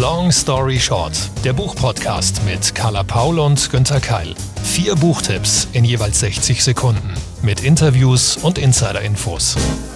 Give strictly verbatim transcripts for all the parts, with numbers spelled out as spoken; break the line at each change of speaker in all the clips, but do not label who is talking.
Long Story Short, der Buchpodcast mit Carla Paul und Günther Keil. Vier Buchtipps in jeweils sechzig Sekunden mit Interviews und Insider-Infos.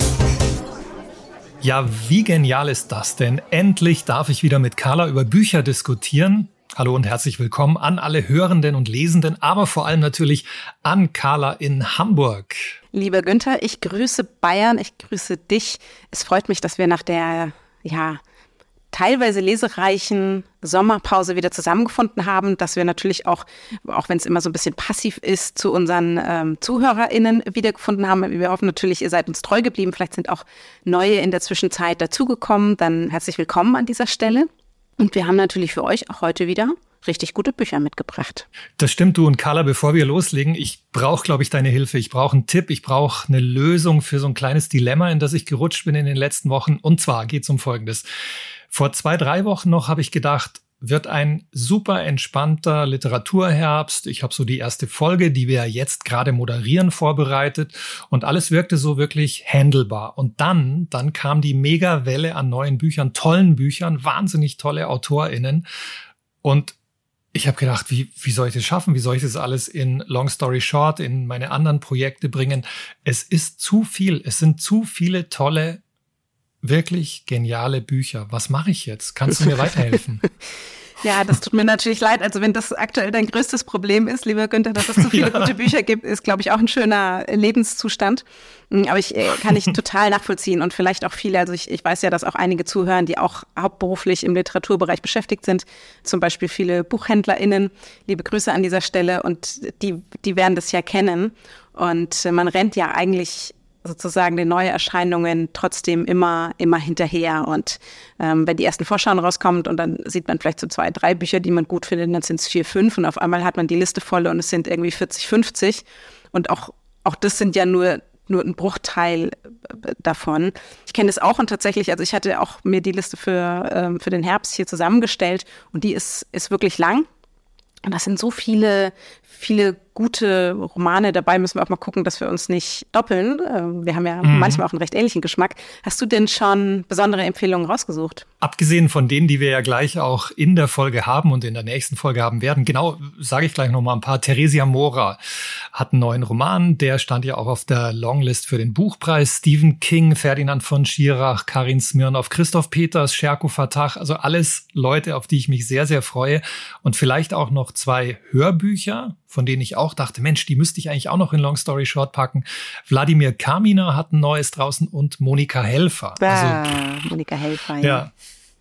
Ja, wie genial ist das denn? Endlich darf ich wieder mit Carla über Bücher diskutieren. Hallo und herzlich willkommen an alle Hörenden und Lesenden, aber vor allem natürlich an Carla in Hamburg.
Lieber Günther, ich grüße Bayern, ich grüße dich. Es freut mich, dass wir nach der, ja, teilweise lesereichen Sommerpause wieder zusammengefunden haben, dass wir natürlich auch, auch wenn es immer so ein bisschen passiv ist, zu unseren ähm, ZuhörerInnen wiedergefunden haben. Wir hoffen natürlich, ihr seid uns treu geblieben. Vielleicht sind auch neue in der Zwischenzeit dazugekommen. Dann herzlich willkommen an dieser Stelle. Und wir haben natürlich für euch auch heute wieder richtig gute Bücher mitgebracht.
Das stimmt, du und Carla, bevor wir loslegen, ich brauche, glaube ich, deine Hilfe. Ich brauche einen Tipp, ich brauche eine Lösung für so ein kleines Dilemma, in das ich gerutscht bin in den letzten Wochen. Und zwar geht es um Folgendes. Vor zwei, drei Wochen noch habe ich gedacht, wird ein super entspannter Literaturherbst. Ich habe so die erste Folge, die wir jetzt gerade moderieren, vorbereitet und alles wirkte so wirklich handelbar. Und dann, dann kam die Megawelle an neuen Büchern, tollen Büchern, wahnsinnig tolle AutorInnen. Und ich habe gedacht, wie, wie soll ich das schaffen? Wie soll ich das alles in Long Story Short, in meine anderen Projekte bringen? Es ist zu viel. Es sind zu viele tolle, wirklich geniale Bücher. Was mache ich jetzt? Kannst du mir weiterhelfen?
Ja, das tut mir natürlich leid. Also wenn das aktuell dein größtes Problem ist, lieber Günther, dass es so viele ja. gute Bücher gibt, ist, glaube ich, auch ein schöner Lebenszustand. Aber ich äh, kann ich total nachvollziehen und vielleicht auch viele, also ich, ich weiß ja, dass auch einige zuhören, die auch hauptberuflich im Literaturbereich beschäftigt sind, zum Beispiel viele BuchhändlerInnen. Liebe Grüße an dieser Stelle und die, die werden das ja kennen. Und man rennt ja eigentlich sozusagen den Neuerscheinungen trotzdem immer immer hinterher. Und ähm, wenn die ersten Vorschauen rauskommen und dann sieht man vielleicht so zwei, drei Bücher, die man gut findet, dann sind es vier, fünf und auf einmal hat man die Liste voll und es sind irgendwie vierzig, fünfzig. Und auch, auch das sind ja nur nur ein Bruchteil davon. Ich kenne das auch und tatsächlich, also ich hatte auch mir die Liste für, ähm, für den Herbst hier zusammengestellt und die ist, ist wirklich lang. Und das sind so viele, viele gute Romane dabei, müssen wir auch mal gucken, dass wir uns nicht doppeln. Wir haben ja mhm. manchmal auch einen recht ähnlichen Geschmack. Hast du denn schon besondere Empfehlungen rausgesucht?
Abgesehen von denen, die wir ja gleich auch in der Folge haben und in der nächsten Folge haben werden, genau, sage ich gleich noch mal ein paar. Theresia Mora hat einen neuen Roman, der stand ja auch auf der Longlist für den Buchpreis. Stephen King, Ferdinand von Schirach, Karin Smirnoff, Christoph Peters, Sherko Fatah, also alles Leute, auf die ich mich sehr, sehr freue. Und vielleicht auch noch zwei Hörbücher, von denen ich auch dachte, Mensch, die müsste ich eigentlich auch noch in Long Story Short packen. Wladimir Kaminer hat ein neues draußen und Monika Helfer.
Ah, also, Monika Helfer, ja.
ja.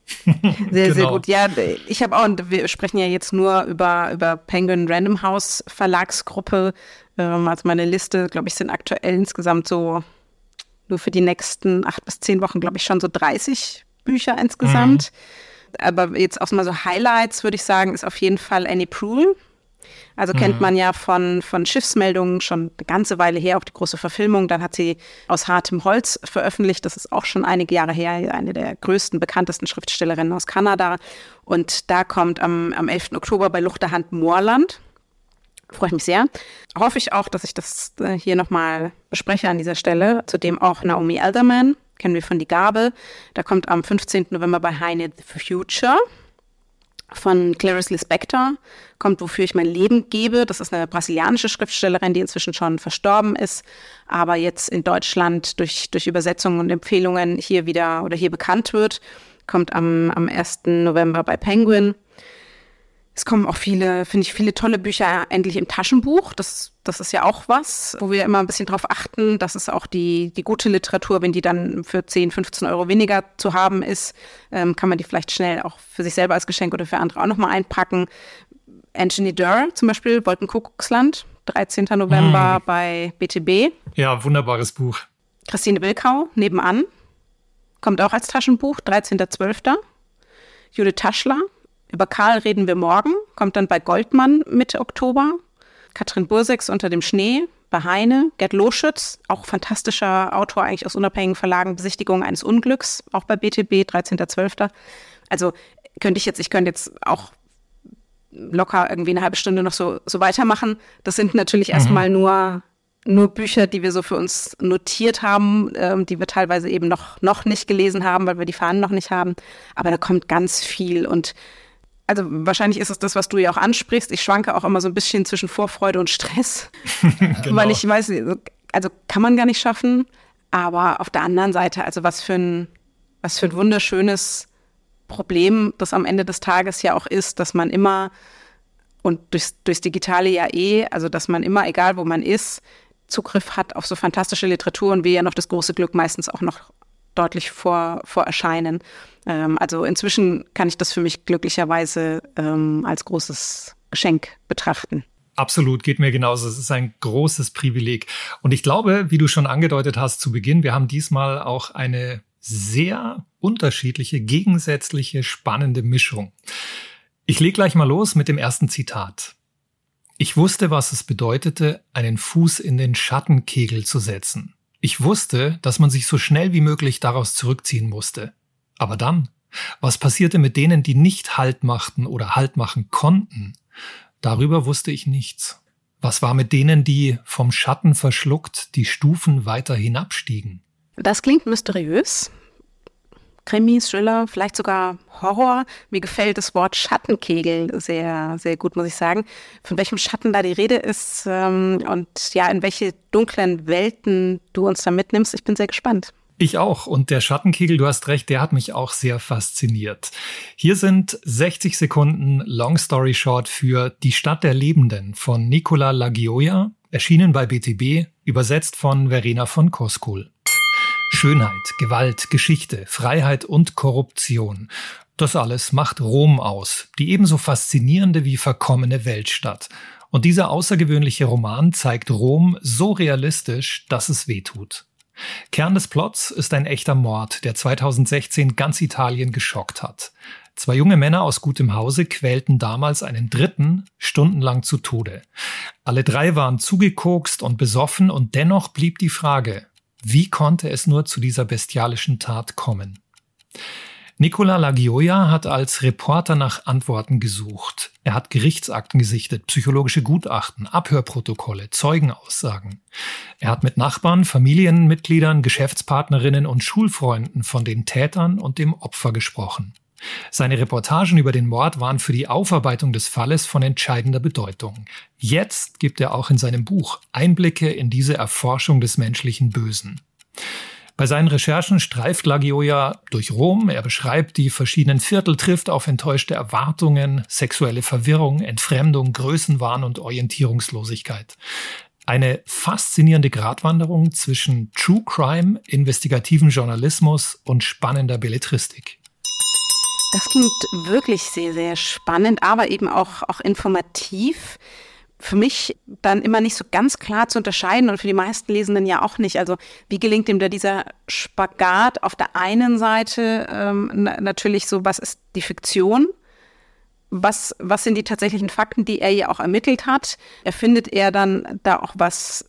Sehr,
genau.
sehr gut. Ja, ich habe auch, und wir sprechen ja jetzt nur über, über Penguin Random House Verlagsgruppe. Ähm, also meine Liste, glaube ich, sind aktuell insgesamt so nur für die nächsten acht bis zehn Wochen, glaube ich, schon so dreißig Bücher insgesamt. Mhm. Aber jetzt auch mal so Highlights, würde ich sagen, ist auf jeden Fall Annie Proulx. Also mhm. kennt man ja von, von Schiffsmeldungen schon eine ganze Weile her, auch die große Verfilmung. Dann hat sie Aus hartem Holz veröffentlicht. Das ist auch schon einige Jahre her, eine der größten, bekanntesten Schriftstellerinnen aus Kanada. Und da kommt am, am elften Oktober bei Luchterhand Moorland. Freue ich mich sehr. Hoffe ich auch, dass ich das hier nochmal bespreche an dieser Stelle. Zudem auch Naomi Alderman, kennen wir von Die Gabe. Da kommt am fünfzehnten November bei Heine The Future. Von Clarice Lispector kommt Wofür ich mein Leben gebe. Das ist eine brasilianische Schriftstellerin, die inzwischen schon verstorben ist, aber jetzt in Deutschland durch, durch Übersetzungen und Empfehlungen hier wieder oder hier bekannt wird. Kommt am, am ersten November bei Penguin. Es kommen auch viele, finde ich, viele tolle Bücher endlich im Taschenbuch. Das, das ist ja auch was, wo wir immer ein bisschen drauf achten, dass es auch die, die gute Literatur, wenn die dann für zehn, fünfzehn Euro weniger zu haben ist, ähm, kann man die vielleicht schnell auch für sich selber als Geschenk oder für andere auch nochmal einpacken. Anthony Doerr zum Beispiel, Wolkenkuckucksland, dreizehnten November mm. bei B T B.
Ja, wunderbares Buch.
Christine Wilkau, Nebenan, kommt auch als Taschenbuch, dreizehnten zwölften Judith Taschler, Über Karl reden wir morgen, kommt dann bei Goldmann Mitte Oktober. Katrin Bursex, Unter dem Schnee, bei Heine. Gerd Loschütz, auch fantastischer Autor, eigentlich aus unabhängigen Verlagen, Besichtigung eines Unglücks, auch bei B T B, dreizehnten zwölften Also könnte ich jetzt, ich könnte jetzt auch locker irgendwie eine halbe Stunde noch so, so weitermachen. Das sind natürlich mhm. erstmal nur nur Bücher, die wir so für uns notiert haben, ähm, die wir teilweise eben noch, noch nicht gelesen haben, weil wir die Fahnen noch nicht haben. Aber da kommt ganz viel. Und also wahrscheinlich ist es das, was du ja auch ansprichst. Ich schwanke auch immer so ein bisschen zwischen Vorfreude und Stress, genau. Weil ich weiß, also kann man gar nicht schaffen. Aber auf der anderen Seite, also was für ein, was für ein wunderschönes Problem das am Ende des Tages ja auch ist, dass man immer, und durchs, durchs Digitale ja eh, also dass man immer, egal wo man ist, Zugriff hat auf so fantastische Literatur und wir ja noch das große Glück meistens auch noch deutlich vor, vor erscheinen. Ähm, also inzwischen kann ich das für mich glücklicherweise ähm, als großes Geschenk betrachten.
Absolut, geht mir genauso. Es ist ein großes Privileg. Und ich glaube, wie du schon angedeutet hast zu Beginn, wir haben diesmal auch eine sehr unterschiedliche, gegensätzliche, spannende Mischung. Ich lege gleich mal los mit dem ersten Zitat. Ich wusste, was es bedeutete, einen Fuß in den Schattenkegel zu setzen. Ich wusste, dass man sich so schnell wie möglich daraus zurückziehen musste. Aber dann, was passierte mit denen, die nicht Halt machten oder Halt machen konnten? Darüber wusste ich nichts. Was war mit denen, die vom Schatten verschluckt die Stufen weiter hinabstiegen?
Das klingt mysteriös. Krimis, Thriller, vielleicht sogar Horror. Mir gefällt das Wort Schattenkegel sehr, sehr gut, muss ich sagen. Von welchem Schatten da die Rede ist ähm, und ja, in welche dunklen Welten du uns da mitnimmst. Ich bin sehr gespannt.
Ich auch. Und der Schattenkegel, du hast recht, der hat mich auch sehr fasziniert. Hier sind sechzig Sekunden Long Story Short für Die Stadt der Lebenden von Nicola Lagioia, erschienen bei B T B, übersetzt von Verena von Koskul. Schönheit, Gewalt, Geschichte, Freiheit und Korruption. Das alles macht Rom aus, die ebenso faszinierende wie verkommene Weltstadt. Und dieser außergewöhnliche Roman zeigt Rom so realistisch, dass es wehtut. Kern des Plots ist ein echter Mord, der zweitausendsechzehn ganz Italien geschockt hat. Zwei junge Männer aus gutem Hause quälten damals einen Dritten stundenlang zu Tode. Alle drei waren zugekokst und besoffen und dennoch blieb die Frage: Wie konnte es nur zu dieser bestialischen Tat kommen? Nicola Lagioia hat als Reporter nach Antworten gesucht. Er hat Gerichtsakten gesichtet, psychologische Gutachten, Abhörprotokolle, Zeugenaussagen. Er hat mit Nachbarn, Familienmitgliedern, Geschäftspartnerinnen und Schulfreunden von den Tätern und dem Opfer gesprochen. Seine Reportagen über den Mord waren für die Aufarbeitung des Falles von entscheidender Bedeutung. Jetzt gibt er auch in seinem Buch Einblicke in diese Erforschung des menschlichen Bösen. Bei seinen Recherchen streift Lagioia durch Rom. Er beschreibt die verschiedenen Viertel, trifft auf enttäuschte Erwartungen, sexuelle Verwirrung, Entfremdung, Größenwahn und Orientierungslosigkeit. Eine faszinierende Gratwanderung zwischen True Crime, investigativem Journalismus und spannender Belletristik.
Das klingt wirklich sehr, sehr spannend, aber eben auch, auch informativ. Für mich dann immer nicht so ganz klar zu unterscheiden und für die meisten Lesenden ja auch nicht. Also wie gelingt ihm da dieser Spagat auf der einen Seite ähm, na, natürlich so, was ist die Fiktion? Was, was sind die tatsächlichen Fakten, die er ja auch ermittelt hat? Erfindet er dann da auch was,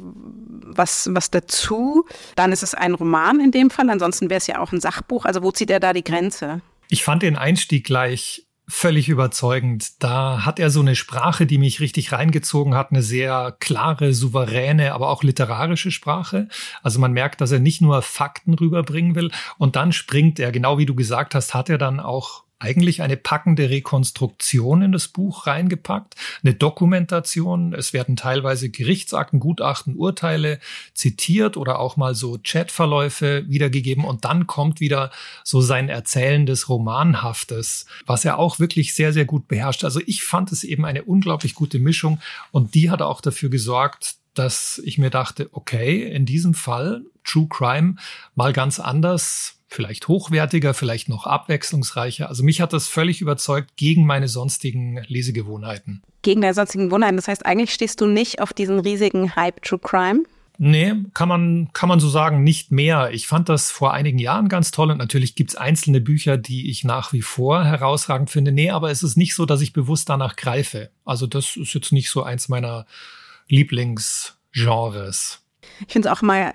was, was dazu? Dann ist es ein Roman in dem Fall, ansonsten wäre es ja auch ein Sachbuch. Also wo zieht er da die Grenze?
Ich fand den Einstieg gleich völlig überzeugend. Da hat er so eine Sprache, die mich richtig reingezogen hat, eine sehr klare, souveräne, aber auch literarische Sprache. Also man merkt, dass er nicht nur Fakten rüberbringen will. Und dann springt er, genau wie du gesagt hast, hat er dann auch eigentlich eine packende Rekonstruktion in das Buch reingepackt, eine Dokumentation. Es werden teilweise Gerichtsakten, Gutachten, Urteile zitiert oder auch mal so Chatverläufe wiedergegeben. Und dann kommt wieder so sein erzählendes Romanhaftes, was er auch wirklich sehr, sehr gut beherrscht. Also ich fand es eben eine unglaublich gute Mischung und die hat auch dafür gesorgt, dass ich mir dachte, okay, in diesem Fall True Crime mal ganz anders, vielleicht hochwertiger, vielleicht noch abwechslungsreicher. Also mich hat das völlig überzeugt gegen meine sonstigen Lesegewohnheiten.
Gegen deine sonstigen Gewohnheiten? Das heißt, eigentlich stehst du nicht auf diesen riesigen Hype True Crime?
Nee, kann man, kann man so sagen, nicht mehr. Ich fand das vor einigen Jahren ganz toll und natürlich gibt's einzelne Bücher, die ich nach wie vor herausragend finde. Nee, aber es ist nicht so, dass ich bewusst danach greife. Also das ist jetzt nicht so eins meiner Lieblingsgenres.
Ich finde es auch mal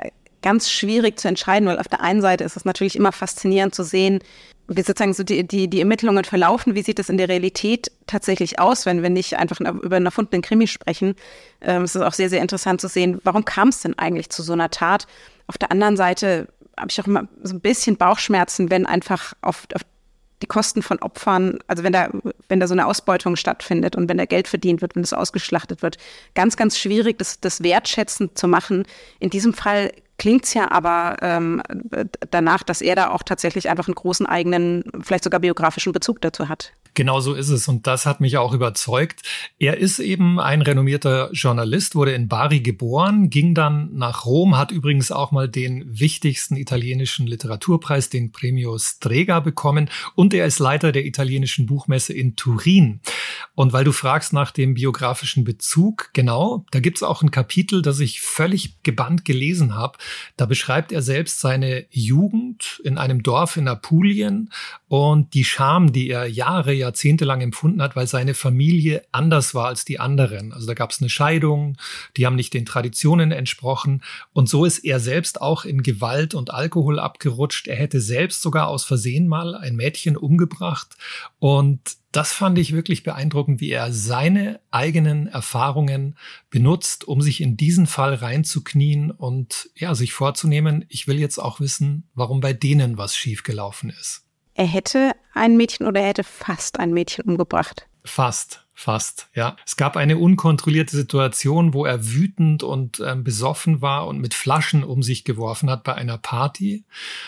ganz schwierig zu entscheiden, weil auf der einen Seite ist es natürlich immer faszinierend zu sehen, wie sozusagen so die, die, die Ermittlungen verlaufen, wie sieht es in der Realität tatsächlich aus, wenn wir nicht einfach über einen erfundenen Krimi sprechen. Ähm, es ist auch sehr, sehr interessant zu sehen, warum kam es denn eigentlich zu so einer Tat? Auf der anderen Seite habe ich auch immer so ein bisschen Bauchschmerzen, wenn einfach auf, auf die Kosten von Opfern, also wenn da, wenn da so eine Ausbeutung stattfindet und wenn da Geld verdient wird, wenn das ausgeschlachtet wird. Ganz, ganz schwierig, das, das wertschätzend zu machen. In diesem Fall klingt es ja aber ähm, danach, dass er da auch tatsächlich einfach einen großen eigenen, vielleicht sogar biografischen Bezug dazu hat.
Genau so ist es und das hat mich auch überzeugt. Er ist eben ein renommierter Journalist, wurde in Bari geboren, ging dann nach Rom, hat übrigens auch mal den wichtigsten italienischen Literaturpreis, den Premio Strega, bekommen und er ist Leiter der italienischen Buchmesse in Turin. Und weil du fragst nach dem biografischen Bezug, genau, da gibt es auch ein Kapitel, das ich völlig gebannt gelesen habe. Da beschreibt er selbst seine Jugend in einem Dorf in Apulien und die Scham, die er Jahre, jahrzehntelang empfunden hat, weil seine Familie anders war als die anderen. Also da gab es eine Scheidung, die haben nicht den Traditionen entsprochen. Und so ist er selbst auch in Gewalt und Alkohol abgerutscht. Er hätte selbst sogar aus Versehen mal ein Mädchen umgebracht. Und das fand ich wirklich beeindruckend, wie er seine eigenen Erfahrungen benutzt, um sich in diesen Fall reinzuknien und ja, sich vorzunehmen, ich will jetzt auch wissen, warum bei denen was schiefgelaufen ist.
Er hätte ein Mädchen oder er hätte fast ein Mädchen umgebracht.
Fast, fast, ja. Es gab eine unkontrollierte Situation, wo er wütend und ähm, besoffen war und mit Flaschen um sich geworfen hat bei einer Party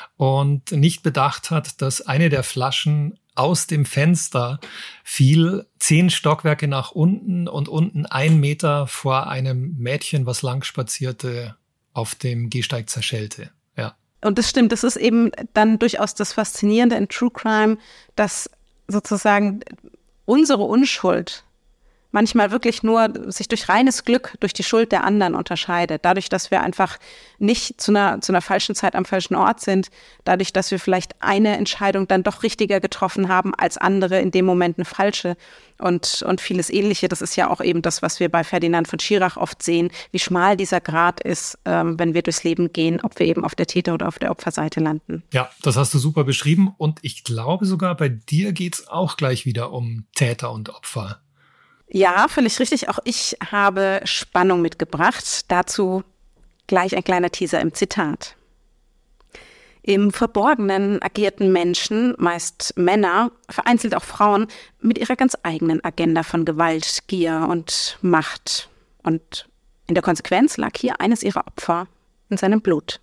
und nicht bedacht hat, dass eine der Flaschen aus dem Fenster fiel, zehn Stockwerke nach unten und unten ein Meter vor einem Mädchen, was lang spazierte, auf dem Gehsteig zerschellte. Ja.
Und das stimmt, das ist eben dann durchaus das Faszinierende in True Crime, dass sozusagen unsere Unschuld manchmal wirklich nur sich durch reines Glück, durch die Schuld der anderen unterscheidet. Dadurch, dass wir einfach nicht zu einer, zu einer falschen Zeit am falschen Ort sind, dadurch, dass wir vielleicht eine Entscheidung dann doch richtiger getroffen haben als andere, in dem Moment eine falsche und, und vieles Ähnliche. Das ist ja auch eben das, was wir bei Ferdinand von Schirach oft sehen, wie schmal dieser Grat ist, ähm, wenn wir durchs Leben gehen, ob wir eben auf der Täter- oder auf der Opferseite landen.
Ja, das hast du super beschrieben und ich glaube sogar, bei dir geht's auch gleich wieder um Täter und Opfer.
Ja, völlig richtig. Auch ich habe Spannung mitgebracht. Dazu gleich ein kleiner Teaser im Zitat. Im Verborgenen agierten Menschen, meist Männer, vereinzelt auch Frauen, mit ihrer ganz eigenen Agenda von Gewalt, Gier und Macht. Und in der Konsequenz lag hier eines ihrer Opfer in seinem Blut.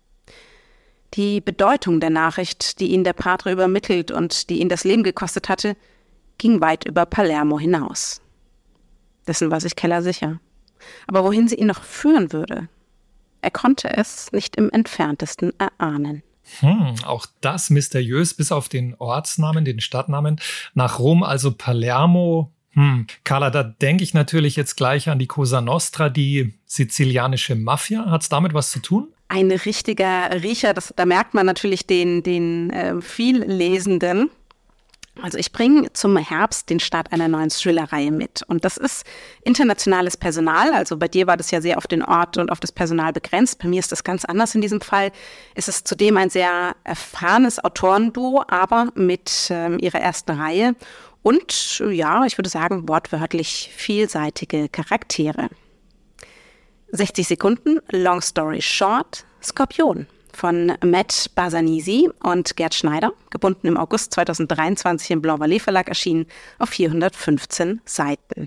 Die Bedeutung der Nachricht, die ihn der Padre übermittelt und die ihn das Leben gekostet hatte, ging weit über Palermo hinaus. Dessen war sich Keller sicher. Aber wohin sie ihn noch führen würde, er konnte es nicht im Entferntesten erahnen.
Hm, auch das mysteriös, bis auf den Ortsnamen, den Stadtnamen. Nach Rom, also Palermo. Hm. Carla, da denke ich natürlich jetzt gleich an die Cosa Nostra, die sizilianische Mafia. Hat's damit was zu tun?
Ein richtiger Riecher, das, da merkt man natürlich den, den äh, Viellesenden. Also ich bringe zum Herbst den Start einer neuen Thriller-Reihe mit. Und das ist internationales Personal. Also bei dir war das ja sehr auf den Ort und auf das Personal begrenzt. Bei mir ist das ganz anders in diesem Fall. Es ist zudem ein sehr erfahrenes Autorenduo, aber mit ähm, ihrer ersten Reihe. Und ja, ich würde sagen, wortwörtlich vielseitige Charaktere. sechzig Sekunden, Long Story Short, Skorpion. Von Matt Basanisi und Gerd Schneider, gebunden im August zweitausenddreiundzwanzig im Blanc Vallée Verlag erschienen, auf vierhundertfünfzehn Seiten.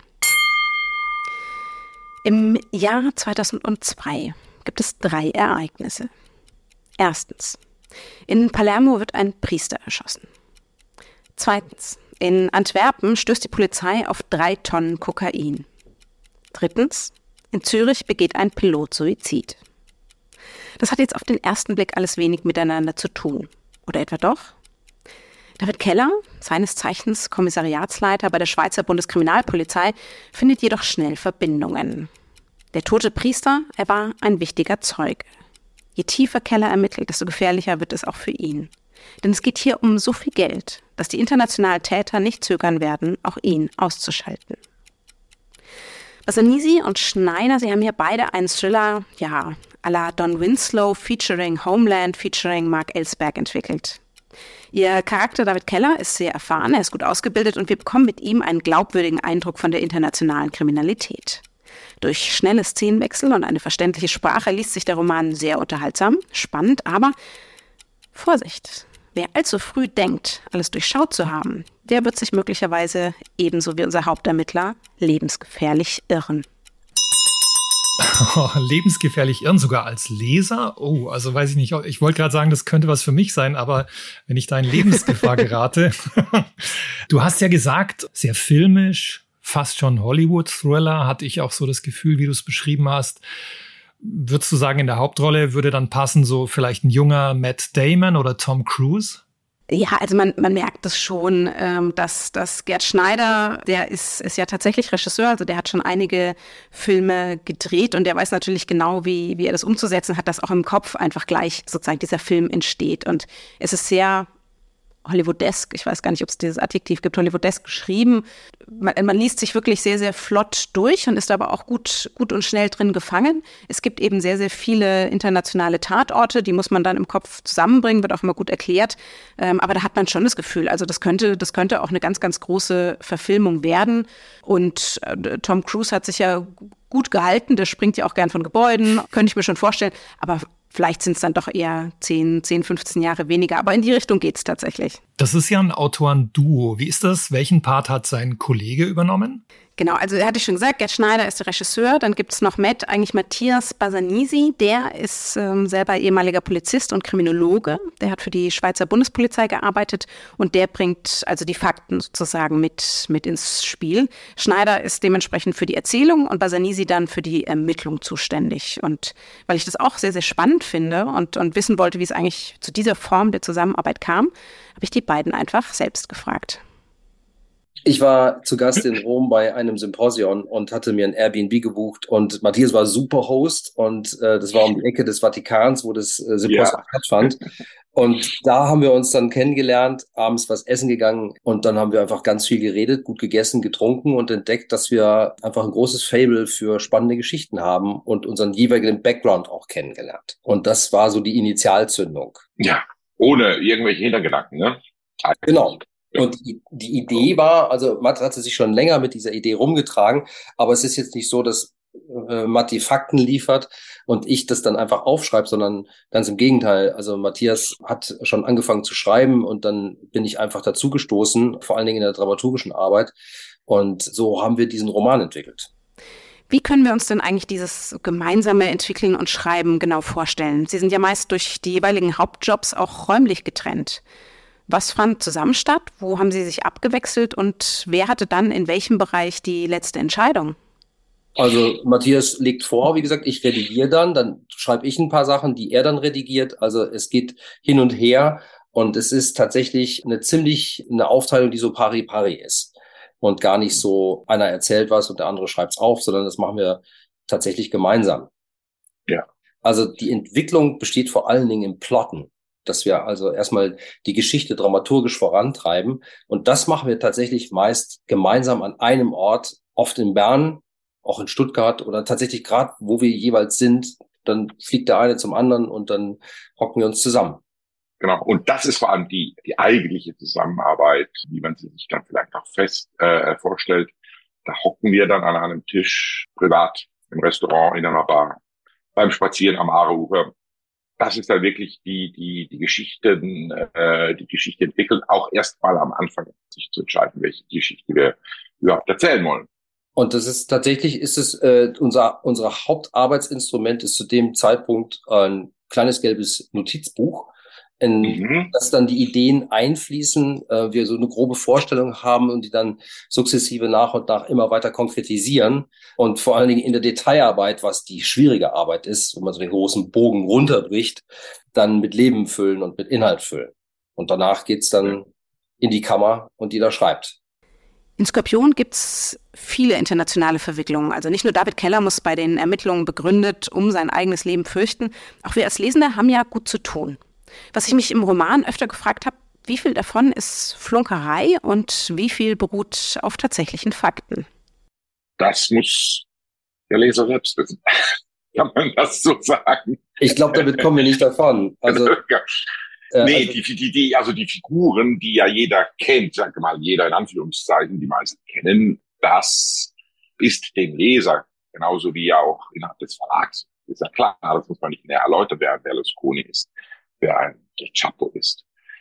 Im Jahr zweitausendzwei gibt es drei Ereignisse. Erstens, in Palermo wird ein Priester erschossen. Zweitens, in Antwerpen stößt die Polizei auf drei Tonnen Kokain. Drittens, in Zürich begeht ein Pilot Suizid. Das hat jetzt auf den ersten Blick alles wenig miteinander zu tun. Oder etwa doch? David Keller, seines Zeichens Kommissariatsleiter bei der Schweizer Bundeskriminalpolizei, findet jedoch schnell Verbindungen. Der tote Priester, er war ein wichtiger Zeuge. Je tiefer Keller ermittelt, desto gefährlicher wird es auch für ihn. Denn es geht hier um so viel Geld, dass die internationalen Täter nicht zögern werden, auch ihn auszuschalten. Basanisi und Schneider, sie haben hier beide einen Thriller, ja, à la Don Winslow featuring Homeland featuring Mark Ellsberg entwickelt. Ihr Charakter David Keller ist sehr erfahren, er ist gut ausgebildet und wir bekommen mit ihm einen glaubwürdigen Eindruck von der internationalen Kriminalität. Durch schnelle Szenenwechsel und eine verständliche Sprache liest sich der Roman sehr unterhaltsam, spannend, aber Vorsicht! Wer allzu früh denkt, alles durchschaut zu haben, der wird sich möglicherweise, ebenso wie unser Hauptermittler, lebensgefährlich irren.
Oh, lebensgefährlich irren, sogar als Leser? Oh, also weiß ich nicht. Ich wollte gerade sagen, das könnte was für mich sein, aber wenn ich da in Lebensgefahr gerate. Du hast ja gesagt, sehr filmisch, fast schon Hollywood-Thriller, hatte ich auch so das Gefühl, wie du es beschrieben hast. Würdest du sagen, in der Hauptrolle würde dann passen so vielleicht ein junger Matt Damon oder Tom Cruise?
Ja, also man, man merkt das schon, ähm, dass, dass Gerd Schneider, der ist, ist ja tatsächlich Regisseur, also der hat schon einige Filme gedreht und der weiß natürlich genau, wie, wie er das umzusetzen hat, dass auch im Kopf einfach gleich sozusagen dieser Film entsteht. Und es ist sehr Hollywoodesk, ich weiß gar nicht, ob es dieses Adjektiv gibt, Hollywoodesk geschrieben. Man, man liest sich wirklich sehr, sehr flott durch und ist aber auch gut, gut und schnell drin gefangen. Es gibt eben sehr, sehr viele internationale Tatorte, die muss man dann im Kopf zusammenbringen, wird auch immer gut erklärt. Ähm, aber da hat man schon das Gefühl, also das könnte, das könnte auch eine ganz, ganz große Verfilmung werden. Und äh, Tom Cruise hat sich ja gut gehalten, der springt ja auch gern von Gebäuden, könnte ich mir schon vorstellen, aber vielleicht sind es dann doch eher zehn, fünfzehn Jahre weniger, aber in die Richtung geht's tatsächlich.
Das ist ja ein Autorenduo. Wie ist das? Welchen Part hat sein Kollege übernommen?
Genau, also hatte ich schon gesagt, Gerd Schneider ist der Regisseur, dann gibt's noch Matt, eigentlich Matthias Basanisi, der ist ähm, selber ehemaliger Polizist und Kriminologe, der hat für die Schweizer Bundespolizei gearbeitet und der bringt also die Fakten sozusagen mit, mit ins Spiel. Schneider ist dementsprechend für die Erzählung und Basanisi dann für die Ermittlung zuständig. Und weil ich das auch sehr, sehr spannend finde und, und wissen wollte, wie es eigentlich zu dieser Form der Zusammenarbeit kam, habe ich die beiden einfach selbst gefragt.
Ich war zu Gast in Rom bei einem Symposion und hatte mir ein Airbnb gebucht und Matthias war super Host und äh, das war um die Ecke des Vatikans, wo das äh, Symposion ja. stattfand. Und da haben wir uns dann kennengelernt, abends was essen gegangen und dann haben wir einfach ganz viel geredet, gut gegessen, getrunken und entdeckt, dass wir einfach ein großes Faible für spannende Geschichten haben und unseren jeweiligen Background auch kennengelernt. Und das war so die Initialzündung.
Ja, ohne irgendwelche Hintergedanken, ne?
Genau. Und die, die Idee war, also Matt hatte sich schon länger mit dieser Idee rumgetragen, aber es ist jetzt nicht so, dass äh, Matt die Fakten liefert und ich das dann einfach aufschreibe, sondern ganz im Gegenteil. Also Matthias hat schon angefangen zu schreiben und dann bin ich einfach dazugestoßen, vor allen Dingen in der dramaturgischen Arbeit. Und so haben wir diesen Roman entwickelt.
Wie können wir uns denn eigentlich dieses gemeinsame Entwickeln und Schreiben genau vorstellen? Sie sind ja meist durch die jeweiligen Hauptjobs auch räumlich getrennt. Was fand zusammen statt? Wo haben Sie sich abgewechselt? Und wer hatte dann in welchem Bereich die letzte Entscheidung?
Also Matthias legt vor, wie gesagt, ich redigiere dann, dann schreibe ich ein paar Sachen, die er dann redigiert. Also es geht hin und her und es ist tatsächlich eine ziemlich eine Aufteilung, die so pari pari ist und gar nicht so, einer erzählt was und der andere schreibt es auf, sondern das machen wir tatsächlich gemeinsam.
Ja.
Also die Entwicklung besteht vor allen Dingen im Plotten, dass wir also erstmal die Geschichte dramaturgisch vorantreiben. Und das machen wir tatsächlich meist gemeinsam an einem Ort, oft in Bern, auch in Stuttgart oder tatsächlich gerade, wo wir jeweils sind. Dann fliegt der eine zum anderen und dann hocken wir uns zusammen.
Genau. Und das ist vor allem die, die eigentliche Zusammenarbeit, wie man sie sich dann vielleicht auch fest äh, vorstellt. Da hocken wir dann an einem Tisch, privat, im Restaurant, in einer Bar, beim Spazieren am Aareufer. Das ist dann wirklich die die die Geschichten, äh, die Geschichte entwickelt, auch erst mal am Anfang sich zu entscheiden, welche Geschichte wir überhaupt erzählen wollen.
Und das ist tatsächlich, ist es äh, unser unser Hauptarbeitsinstrument ist zu dem Zeitpunkt ein kleines gelbes Notizbuch, in mhm. das dann die Ideen einfließen, äh, wir so eine grobe Vorstellung haben und die dann sukzessive nach und nach immer weiter konkretisieren und vor allen Dingen in der Detailarbeit, was die schwierige Arbeit ist, wenn man so den großen Bogen runterbricht, dann mit Leben füllen und mit Inhalt füllen. Und danach geht's dann ja. in die Kammer und jeder schreibt.
In Skorpion gibt's viele internationale Verwicklungen. Also nicht nur David Keller muss bei den Ermittlungen begründet um sein eigenes Leben fürchten. Auch wir als Lesende haben ja gut zu tun. Was ich mich im Roman öfter gefragt habe, wie viel davon ist Flunkerei und wie viel beruht auf tatsächlichen Fakten?
Das muss der Leser selbst wissen. Kann man das so sagen?
Ich glaube, damit kommen wir nicht davon. Also,
äh, nee, also, die, die, die, also die Figuren, die ja jeder kennt, sag mal, jeder in Anführungszeichen, die meisten kennen, das ist dem Leser, genauso wie ja auch innerhalb des Verlags. Ist ja klar, das muss man nicht näher erläutern, wer ein Berlusconi ist, wer ein Chapo ist.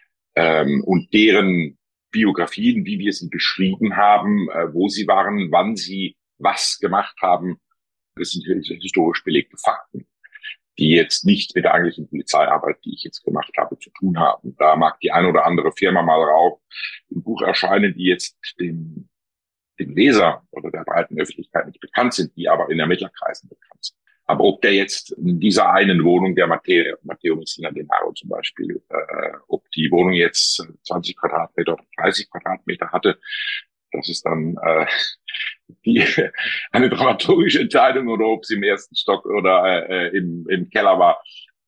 Ähm, und deren Biografien, wie wir sie beschrieben haben, äh, wo sie waren, wann sie was gemacht haben, das sind historisch belegte Fakten, die jetzt nicht mit der eigentlichen Polizeiarbeit, die ich jetzt gemacht habe, zu tun haben. Da mag die eine oder andere Firma mal rauf im Buch erscheinen, die jetzt dem, dem Leser oder der breiten Öffentlichkeit nicht bekannt sind, die aber in Ermittlerkreisen bekannt sind. Aber ob der jetzt in dieser einen Wohnung, der Matteo, Matteo Messina Denaro zum Beispiel, äh, ob die Wohnung jetzt zwanzig Quadratmeter oder dreißig Quadratmeter hatte, das ist dann äh, die, eine dramaturgische Entscheidung, oder ob sie im ersten Stock oder äh, im, im Keller war.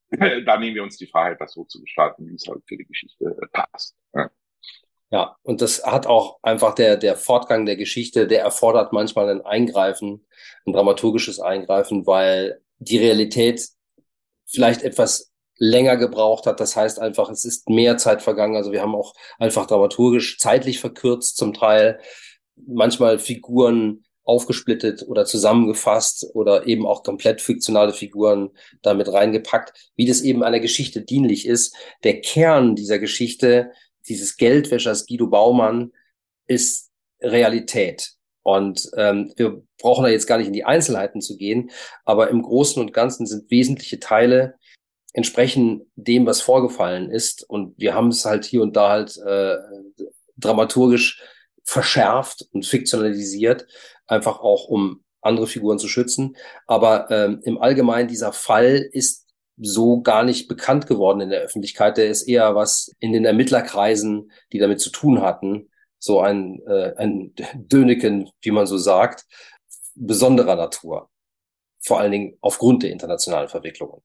Da nehmen wir uns die Freiheit, das so zu gestalten, wie es halt für die Geschichte äh, passt. Ja.
Ja, und das hat auch einfach der, der Fortgang der Geschichte, der erfordert manchmal ein Eingreifen, ein dramaturgisches Eingreifen, weil die Realität vielleicht etwas länger gebraucht hat. Das heißt einfach, es ist mehr Zeit vergangen. Also wir haben auch einfach dramaturgisch zeitlich verkürzt zum Teil, manchmal Figuren aufgesplittet oder zusammengefasst oder eben auch komplett fiktionale Figuren damit reingepackt, wie das eben einer Geschichte dienlich ist. Der Kern dieser Geschichte, dieses Geldwäschers Guido Baumann, ist Realität. Und ähm, wir brauchen da jetzt gar nicht in die Einzelheiten zu gehen, aber im Großen und Ganzen sind wesentliche Teile entsprechen dem, was vorgefallen ist. Und wir haben es halt hier und da halt äh, dramaturgisch verschärft und fiktionalisiert, einfach auch um andere Figuren zu schützen. Aber ähm, im Allgemeinen, dieser Fall ist so gar nicht bekannt geworden in der Öffentlichkeit. Der ist eher was in den Ermittlerkreisen, die damit zu tun hatten, so ein, äh, ein Döneken, wie man so sagt, besonderer Natur. Vor allen Dingen aufgrund der internationalen Verwicklungen.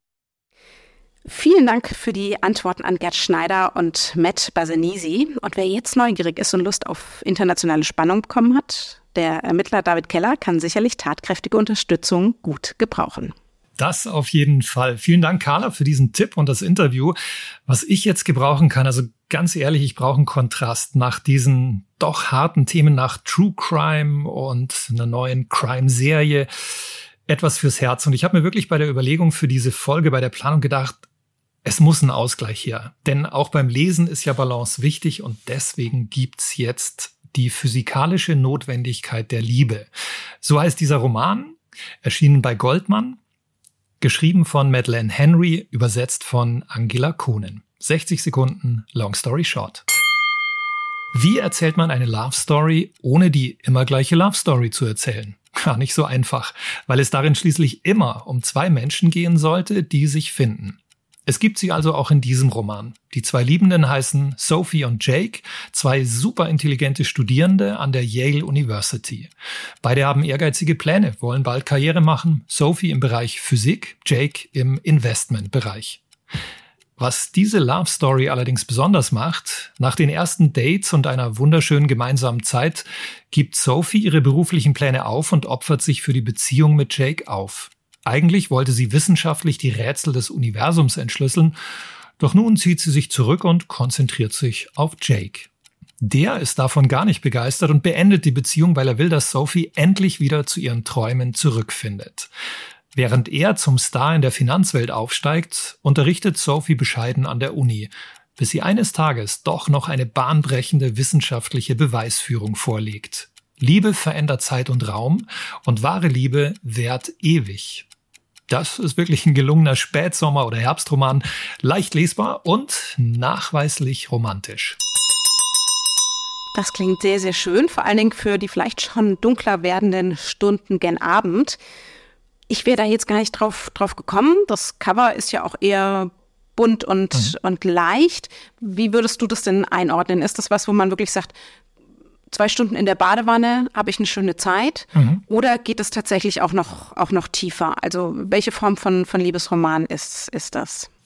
Vielen Dank für die Antworten an Gerd Schneider und Matt Basenisi. Und wer jetzt neugierig ist und Lust auf internationale Spannung bekommen hat, der Ermittler David Keller kann sicherlich tatkräftige Unterstützung gut gebrauchen.
Das auf jeden Fall. Vielen Dank, Carla, für diesen Tipp und das Interview. Was ich jetzt gebrauchen kann, also ganz ehrlich, ich brauche einen Kontrast nach diesen doch harten Themen, nach True Crime und einer neuen Crime-Serie. Etwas fürs Herz. Und ich habe mir wirklich bei der Überlegung für diese Folge, bei der Planung gedacht, es muss ein Ausgleich her. Denn auch beim Lesen ist ja Balance wichtig und deswegen gibt's jetzt die physikalische Notwendigkeit der Liebe. So heißt dieser Roman, erschienen bei Goldmann, geschrieben von Madeleine Henry, übersetzt von Angela Kohnen. sechzig Sekunden, Long Story Short. Wie erzählt man eine Love Story, ohne die immer gleiche Love Story zu erzählen? Gar nicht so einfach, weil es darin schließlich immer um zwei Menschen gehen sollte, die sich finden. Es gibt sie also auch in diesem Roman. Die zwei Liebenden heißen Sophie und Jake, zwei superintelligente Studierende an der Yale University. Beide haben ehrgeizige Pläne, wollen bald Karriere machen. Sophie im Bereich Physik, Jake im Investmentbereich. Was diese Love Story allerdings besonders macht, nach den ersten Dates und einer wunderschönen gemeinsamen Zeit gibt Sophie ihre beruflichen Pläne auf und opfert sich für die Beziehung mit Jake auf. Eigentlich wollte sie wissenschaftlich die Rätsel des Universums entschlüsseln, doch nun zieht sie sich zurück und konzentriert sich auf Jake. Der ist davon gar nicht begeistert und beendet die Beziehung, weil er will, dass Sophie endlich wieder zu ihren Träumen zurückfindet. Während er zum Star in der Finanzwelt aufsteigt, unterrichtet Sophie bescheiden an der Uni, bis sie eines Tages doch noch eine bahnbrechende wissenschaftliche Beweisführung vorlegt. Liebe verändert Zeit und Raum und wahre Liebe währt ewig. Das ist wirklich ein gelungener Spätsommer- oder Herbstroman, leicht lesbar und nachweislich romantisch.
Das klingt sehr, sehr schön, vor allen Dingen für die vielleicht schon dunkler werdenden Stunden gen Abend. Ich wäre da jetzt gar nicht drauf, drauf gekommen. Das Cover ist ja auch eher bunt und, mhm. und leicht. Wie würdest du das denn einordnen? Ist das was, wo man wirklich sagt, zwei Stunden in der Badewanne, habe ich eine schöne Zeit? Mhm. Oder geht es tatsächlich auch noch, auch noch tiefer? Also welche Form von, von Liebesroman ist, ist das?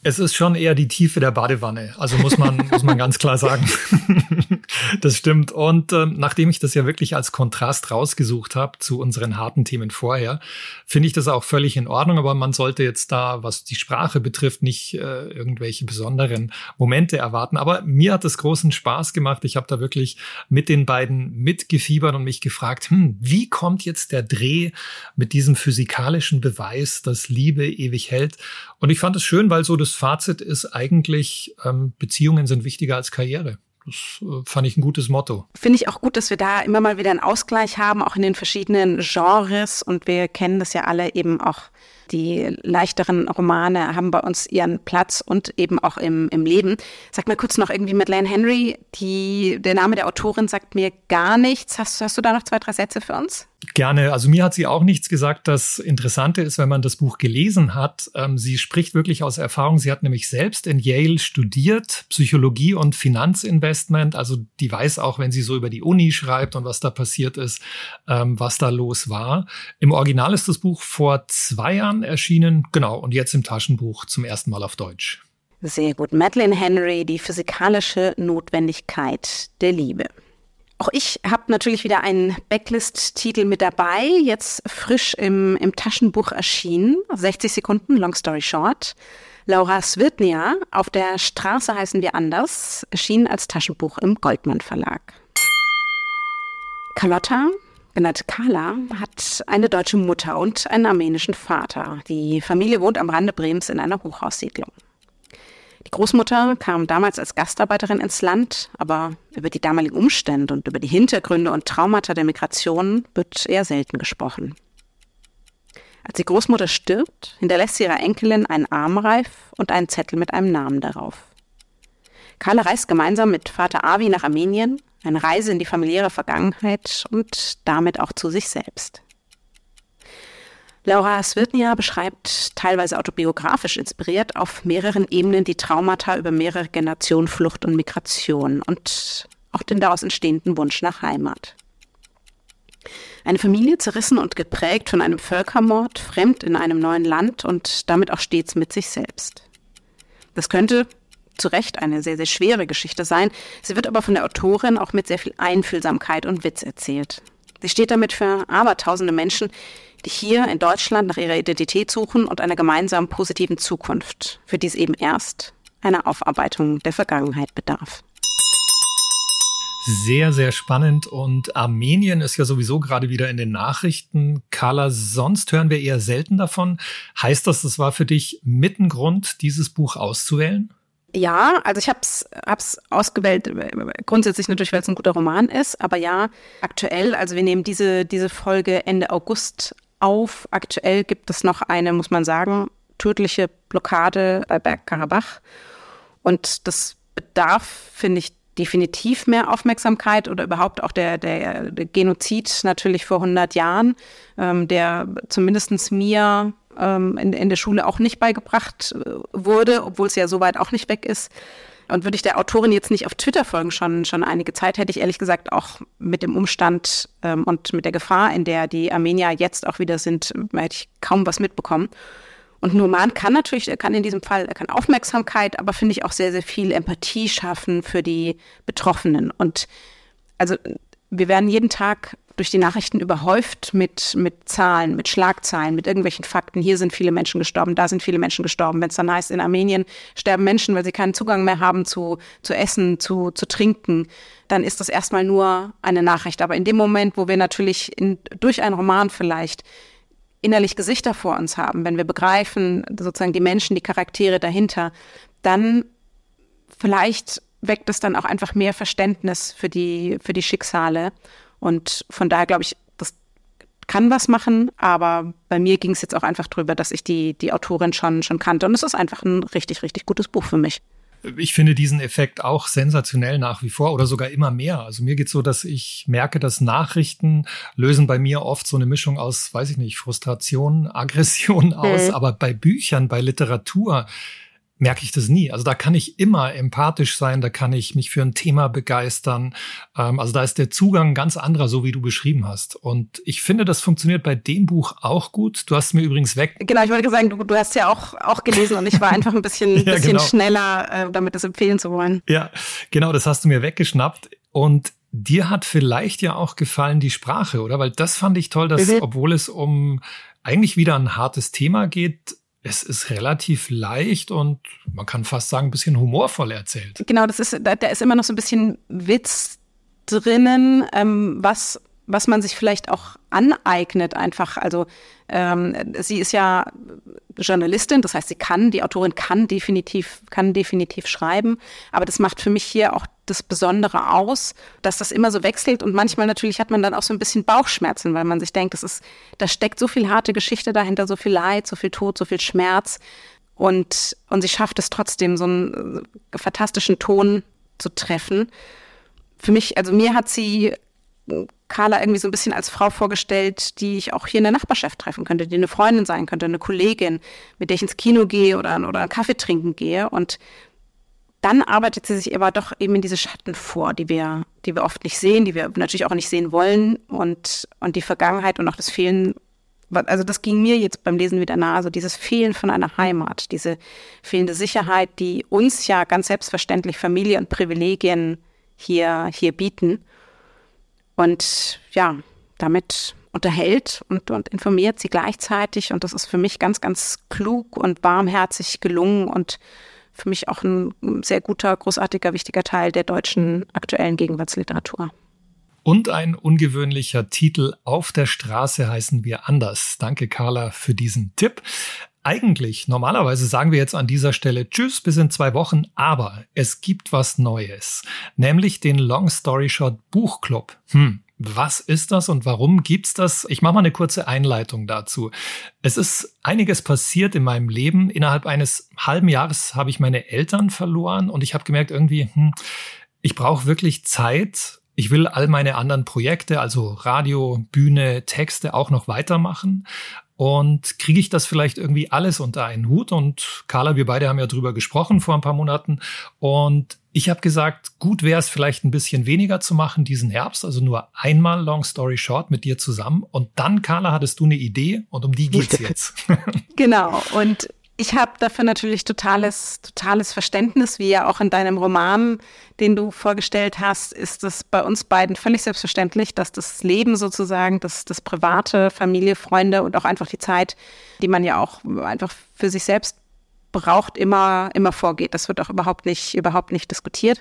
Es ist schon eher die Tiefe der Badewanne. Also muss man, muss man ganz klar sagen. Das stimmt. Und ähm, nachdem ich das ja wirklich als Kontrast rausgesucht habe zu unseren harten Themen vorher, finde ich das auch völlig in Ordnung. Aber man sollte jetzt da, was die Sprache betrifft, nicht äh, irgendwelche besonderen Momente erwarten. Aber mir hat es großen Spaß gemacht. Ich habe da wirklich mit den beiden mitgefiebert und mich gefragt, hm, wie kommt jetzt der Dreh mit diesem physikalischen Beweis, dass Liebe ewig hält? Und ich fand es schön, weil so das Fazit ist eigentlich, ähm, Beziehungen sind wichtiger als Karriere. Das äh, fand ich ein gutes Motto.
Finde ich auch gut, dass wir da immer mal wieder einen Ausgleich haben, auch in den verschiedenen Genres. Und wir kennen das ja alle eben auch. Die leichteren Romane haben bei uns ihren Platz und eben auch im, im Leben. Sag mal kurz noch irgendwie Madeleine Henry, die, der Name der Autorin sagt mir gar nichts. Hast, hast du da noch zwei, drei Sätze für uns?
Gerne. Also mir hat sie auch nichts gesagt. Das Interessante ist, wenn man das Buch gelesen hat, ähm, sie spricht wirklich aus Erfahrung. Sie hat nämlich selbst in Yale studiert, Psychologie und Finanzinvestment. Also die weiß auch, wenn sie so über die Uni schreibt und was da passiert ist, ähm, was da los war. Im Original ist das Buch vor zwei Jahren erschienen, genau, und jetzt im Taschenbuch zum ersten Mal auf Deutsch.
Sehr gut. Madeleine Henry, die physikalische Notwendigkeit der Liebe. Auch ich habe natürlich wieder einen Backlist-Titel mit dabei, jetzt frisch im, im Taschenbuch erschienen, sechzig Sekunden, long story short. Laura Svirtnia, Auf der Straße heißen wir anders, erschienen als Taschenbuch im Goldmann Verlag. Carlotta, genannt Carla, hat eine deutsche Mutter und einen armenischen Vater. Die Familie wohnt am Rande Bremens in einer Hochhaussiedlung. Die Großmutter kam damals als Gastarbeiterin ins Land, aber über die damaligen Umstände und über die Hintergründe und Traumata der Migration wird eher selten gesprochen. Als die Großmutter stirbt, hinterlässt sie ihrer Enkelin einen Armreif und einen Zettel mit einem Namen darauf. Carla reist gemeinsam mit Vater Avi nach Armenien, eine Reise in die familiäre Vergangenheit und damit auch zu sich selbst. Laura Svirtnia beschreibt, teilweise autobiografisch inspiriert, auf mehreren Ebenen die Traumata über mehrere Generationen Flucht und Migration und auch den daraus entstehenden Wunsch nach Heimat. Eine Familie zerrissen und geprägt von einem Völkermord, fremd in einem neuen Land und damit auch stets mit sich selbst. Das könnte zu Recht eine sehr, sehr schwere Geschichte sein. Sie wird aber von der Autorin auch mit sehr viel Einfühlsamkeit und Witz erzählt. Sie steht damit für abertausende Menschen, die hier in Deutschland nach ihrer Identität suchen und einer gemeinsamen positiven Zukunft, für die es eben erst einer Aufarbeitung der Vergangenheit bedarf.
Sehr, sehr spannend. Und Armenien ist ja sowieso gerade wieder in den Nachrichten. Carla, sonst hören wir eher selten davon. Heißt das, das war für dich mit ein Grund, dieses Buch auszuwählen?
Ja, also ich habe es hab's ausgewählt, grundsätzlich natürlich, weil es ein guter Roman ist, aber ja, aktuell, also wir nehmen diese, diese Folge Ende August auf. Aktuell gibt es noch eine, muss man sagen, tödliche Blockade bei Bergkarabach und das bedarf, finde ich, definitiv mehr Aufmerksamkeit oder überhaupt auch der, der, der Genozid natürlich vor hundert Jahren, ähm, der zumindest mir ähm, in, in der Schule auch nicht beigebracht äh, wurde, obwohl es ja so weit auch nicht weg ist. Und würde ich der Autorin jetzt nicht auf Twitter folgen, schon, schon einige Zeit, hätte ich ehrlich gesagt auch mit dem Umstand ähm, und mit der Gefahr, in der die Armenier jetzt auch wieder sind, hätte ich kaum was mitbekommen. Und ein Roman kann natürlich, er kann in diesem Fall, er kann Aufmerksamkeit, aber finde ich auch sehr, sehr viel Empathie schaffen für die Betroffenen. Und also wir werden jeden Tag durch die Nachrichten überhäuft mit, mit Zahlen, mit Schlagzeilen, mit irgendwelchen Fakten. Hier sind viele Menschen gestorben, da sind viele Menschen gestorben. Wenn es dann heißt, in Armenien sterben Menschen, weil sie keinen Zugang mehr haben zu, zu essen, zu, zu trinken, dann ist das erstmal nur eine Nachricht. Aber in dem Moment, wo wir natürlich in, durch einen Roman vielleicht innerlich Gesichter vor uns haben, wenn wir begreifen, sozusagen die Menschen, die Charaktere dahinter, dann vielleicht weckt es dann auch einfach mehr Verständnis für die, für die Schicksale. Und von daher glaube ich, das kann was machen, aber bei mir ging es jetzt auch einfach drüber, dass ich die, die Autorin schon, schon kannte. Und es ist einfach ein richtig, richtig gutes Buch für mich.
Ich finde diesen Effekt auch sensationell nach wie vor oder sogar immer mehr. Also mir geht's so, dass ich merke, dass Nachrichten lösen bei mir oft so eine Mischung aus, weiß ich nicht, Frustration, Aggression aus. Mhm. Aber bei Büchern, bei Literatur merke ich das nie. Also da kann ich immer empathisch sein, da kann ich mich für ein Thema begeistern. Ähm, also da ist der Zugang ganz anderer, so wie du beschrieben hast. Und ich finde, das funktioniert bei dem Buch auch gut. Du hast mir übrigens weg...
Genau, ich wollte sagen, du, du hast ja auch, auch gelesen und ich war einfach ein bisschen, ja, bisschen genau. schneller, äh, damit das empfehlen zu wollen.
Ja, genau, das hast du mir weggeschnappt. Und dir hat vielleicht ja auch gefallen die Sprache, oder? Weil das fand ich toll, dass, mhm. obwohl es um eigentlich wieder ein hartes Thema geht, es ist relativ leicht und man kann fast sagen, ein bisschen humorvoll erzählt.
Genau, das ist, da, da ist immer noch so ein bisschen Witz drinnen, ähm, was, was man sich vielleicht auch aneignet einfach. Also ähm, sie ist ja Journalistin, das heißt, sie kann, die Autorin kann definitiv, kann definitiv schreiben. Aber das macht für mich hier auch das Besondere aus, dass das immer so wechselt. Und manchmal natürlich hat man dann auch so ein bisschen Bauchschmerzen, weil man sich denkt, das ist, da steckt so viel harte Geschichte dahinter, so viel Leid, so viel Tod, so viel Schmerz. Und, und sie schafft es trotzdem, so einen fantastischen Ton zu treffen. Für mich, also mir hat sie Carla irgendwie so ein bisschen als Frau vorgestellt, die ich auch hier in der Nachbarschaft treffen könnte, die eine Freundin sein könnte, eine Kollegin, mit der ich ins Kino gehe oder, oder einen Kaffee trinken gehe. Und dann arbeitet sie sich aber doch eben in diese Schatten vor, die wir, die wir oft nicht sehen, die wir natürlich auch nicht sehen wollen. Und, und die Vergangenheit und auch das Fehlen, also das ging mir jetzt beim Lesen wieder nahe, so dieses Fehlen von einer Heimat, diese fehlende Sicherheit, die uns ja ganz selbstverständlich Familie und Privilegien hier, hier bieten. Und ja, damit unterhält und, und informiert sie gleichzeitig. Und das ist für mich ganz, ganz klug und warmherzig gelungen und für mich auch ein sehr guter, großartiger, wichtiger Teil der deutschen aktuellen Gegenwartsliteratur.
Und ein ungewöhnlicher Titel, Auf der Straße heißen wir anders. Danke, Carla, für diesen Tipp. Eigentlich, normalerweise sagen wir jetzt an dieser Stelle Tschüss bis in zwei Wochen, aber es gibt was Neues, nämlich den Long Story Short Buchclub. Hm, was ist das und warum gibt's das? Ich mache mal eine kurze Einleitung dazu. Es ist einiges passiert in meinem Leben. Innerhalb eines halben Jahres habe ich meine Eltern verloren und ich habe gemerkt, irgendwie, hm, ich brauche wirklich Zeit. Ich will all meine anderen Projekte, also Radio, Bühne, Texte auch noch weitermachen. Und kriege ich das vielleicht irgendwie alles unter einen Hut? Und Carla, wir beide haben ja drüber gesprochen vor ein paar Monaten. Und ich habe gesagt, gut wäre es vielleicht ein bisschen weniger zu machen diesen Herbst, also nur einmal Long Story Short mit dir zusammen. Und dann, Carla, hattest du eine Idee und um die geht's jetzt.
Genau. Und ich habe dafür natürlich totales, totales Verständnis, wie ja auch in deinem Roman, den du vorgestellt hast, ist es bei uns beiden völlig selbstverständlich, dass das Leben sozusagen, das, das private, Familie, Freunde und auch einfach die Zeit, die man ja auch einfach für sich selbst braucht, immer, immer vorgeht. Das wird auch überhaupt nicht, überhaupt nicht diskutiert.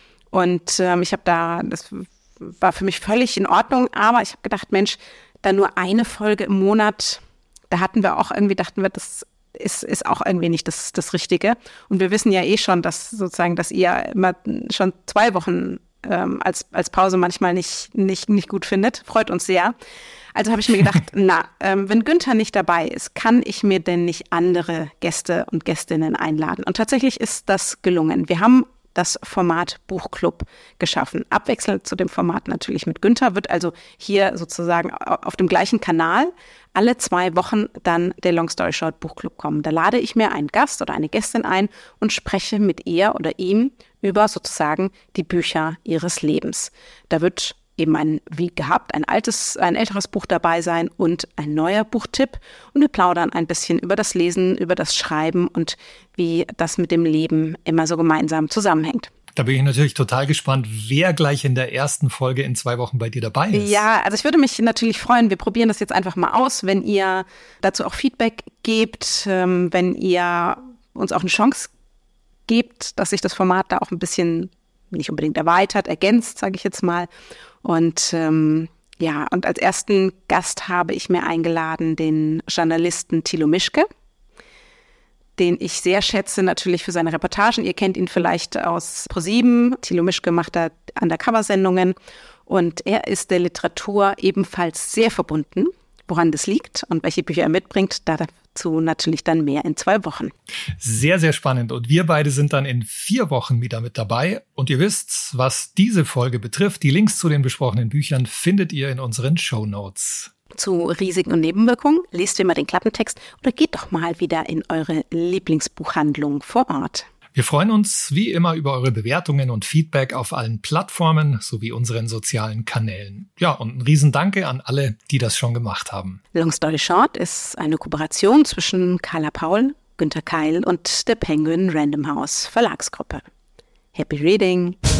Und ähm, ich habe da, das war für mich völlig in Ordnung, aber ich habe gedacht, Mensch, da nur eine Folge im Monat, da hatten wir auch irgendwie, dachten wir, das Ist, ist auch irgendwie nicht das, das Richtige. Und wir wissen ja eh schon, dass sozusagen, dass ihr immer schon zwei Wochen ähm, als, als Pause manchmal nicht, nicht, nicht gut findet. Freut uns sehr. Also habe ich mir gedacht, na, ähm, wenn Günther nicht dabei ist, kann ich mir denn nicht andere Gäste und Gästinnen einladen? Und tatsächlich ist das gelungen. Wir haben das Format Buchclub geschaffen. Abwechselnd zu dem Format natürlich mit Günther, wird also hier sozusagen auf dem gleichen Kanal alle zwei Wochen dann der Long Story Short Buchclub kommen. Da lade ich mir einen Gast oder eine Gästin ein und spreche mit ihr oder ihm über sozusagen die Bücher ihres Lebens. Da wird eben ein, wie gehabt, ein altes, ein älteres Buch dabei sein und ein neuer Buchtipp. Und wir plaudern ein bisschen über das Lesen, über das Schreiben und wie das mit dem Leben immer so gemeinsam zusammenhängt.
Da bin ich natürlich total gespannt, wer gleich in der ersten Folge in zwei Wochen bei dir dabei ist.
Ja, also ich würde mich natürlich freuen, wir probieren das jetzt einfach mal aus, wenn ihr dazu auch Feedback gebt, ähm, wenn ihr uns auch eine Chance gebt, dass sich das Format da auch ein bisschen nicht unbedingt erweitert, ergänzt, sage ich jetzt mal. Und ähm, ja, und als ersten Gast habe ich mir eingeladen den Journalisten Thilo Mischke, den ich sehr schätze natürlich für seine Reportagen. Ihr kennt ihn vielleicht aus ProSieben. Thilo Mischke macht da Undercover-Sendungen und er ist der Literatur ebenfalls sehr verbunden. Woran das liegt und welche Bücher er mitbringt, dazu natürlich dann mehr in zwei Wochen.
Sehr, sehr spannend. Und wir beide sind dann in vier Wochen wieder mit dabei. Und ihr wisst, was diese Folge betrifft, die Links zu den besprochenen Büchern findet ihr in unseren Shownotes.
zu Risiken und Nebenwirkungen, lest ihr mal den Klappentext oder geht doch mal wieder in eure Lieblingsbuchhandlung vor Ort.
Wir freuen uns wie immer über eure Bewertungen und Feedback auf allen Plattformen sowie unseren sozialen Kanälen. Ja, und ein Riesendanke an alle, die das schon gemacht haben.
Long Story Short ist eine Kooperation zwischen Carla Paul, Günter Keil und der Penguin Random House Verlagsgruppe. Happy Reading!